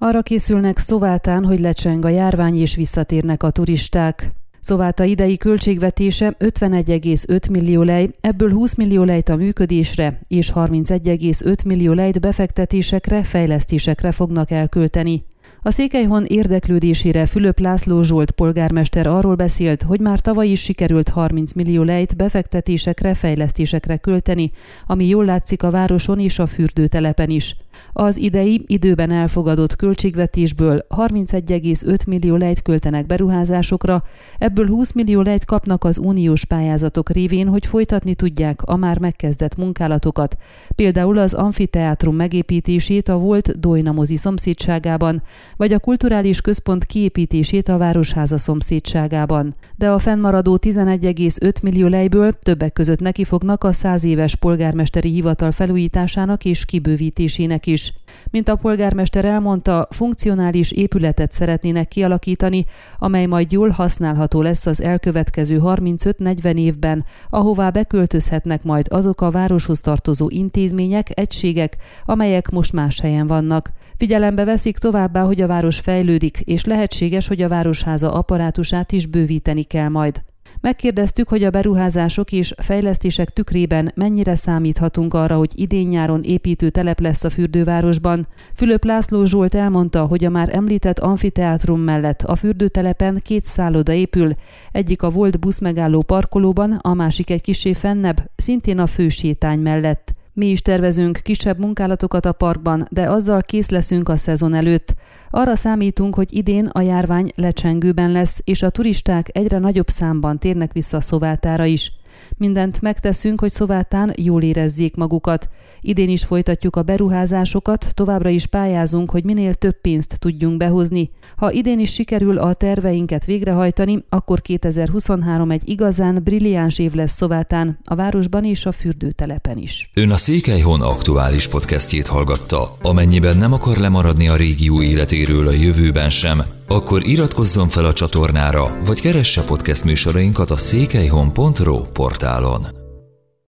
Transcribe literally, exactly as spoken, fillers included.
Arra készülnek Szovátán, hogy lecseng a járvány és visszatérnek a turisták. Szováta idei költségvetése ötvenegy egész öt millió lej, ebből húsz millió lejt a működésre és harmincegy egész öt millió lejt befektetésekre, fejlesztésekre fognak elkölteni. A Székelyhon érdeklődésére Fülöp László Zsolt polgármester arról beszélt, hogy már tavaly is sikerült harminc millió lejt befektetésekre, fejlesztésekre költeni, ami jól látszik a városon és a fürdőtelepen is. Az idei, időben elfogadott költségvetésből harmincegy egész öt millió lejt költenek beruházásokra, ebből húsz millió lejt kapnak az uniós pályázatok révén, hogy folytatni tudják a már megkezdett munkálatokat, például az amfiteátrum megépítését a volt Dojna-mozi szomszédságában, vagy a kulturális központ kiépítését a Városháza szomszédságában. De a fennmaradó tizenegy egész öt millió lejből többek között neki fognak a száz éves polgármesteri hivatal felújításának és kibővítésének is. Mint a polgármester elmondta, funkcionális épületet szeretnének kialakítani, amely majd jól használható lesz az elkövetkező harmincöt-negyven évben, ahová beköltözhetnek majd azok a városhoz tartozó intézmények, egységek, amelyek most más helyen vannak. Figyelembe veszik továbbá, hogy a város fejlődik, és lehetséges, hogy a Városháza apparátusát is bővíteni kell majd. Megkérdeztük, hogy a beruházások és fejlesztések tükrében mennyire számíthatunk arra, hogy idén-nyáron építő telep lesz a fürdővárosban. Fülöp László Zsolt elmondta, hogy a már említett amfiteátrum mellett a fürdőtelepen két szálloda épül, egyik a volt buszmegálló parkolóban, a másik egy kissé fennebb, szintén a fősétány mellett. Mi is tervezünk kisebb munkálatokat a parkban, de azzal kész leszünk a szezon előtt. Arra számítunk, hogy idén a járvány lecsengőben lesz, és a turisták egyre nagyobb számban térnek vissza Szovátára is. Mindent megteszünk, hogy Szovátán jól érezzék magukat. Idén is folytatjuk a beruházásokat, továbbra is pályázunk, hogy minél több pénzt tudjunk behozni. Ha idén is sikerül a terveinket végrehajtani, akkor kétezer-huszonhárom egy igazán brilliáns év lesz Szovátán, a városban és a fürdőtelepen is. Ön a Székelyhon aktuális podcastjét hallgatta. Amennyiben nem akar lemaradni a régió életéről a jövőben sem, akkor iratkozzon fel a csatornára, vagy keresse podcast műsorainkat a székelyhon pont ro portálon.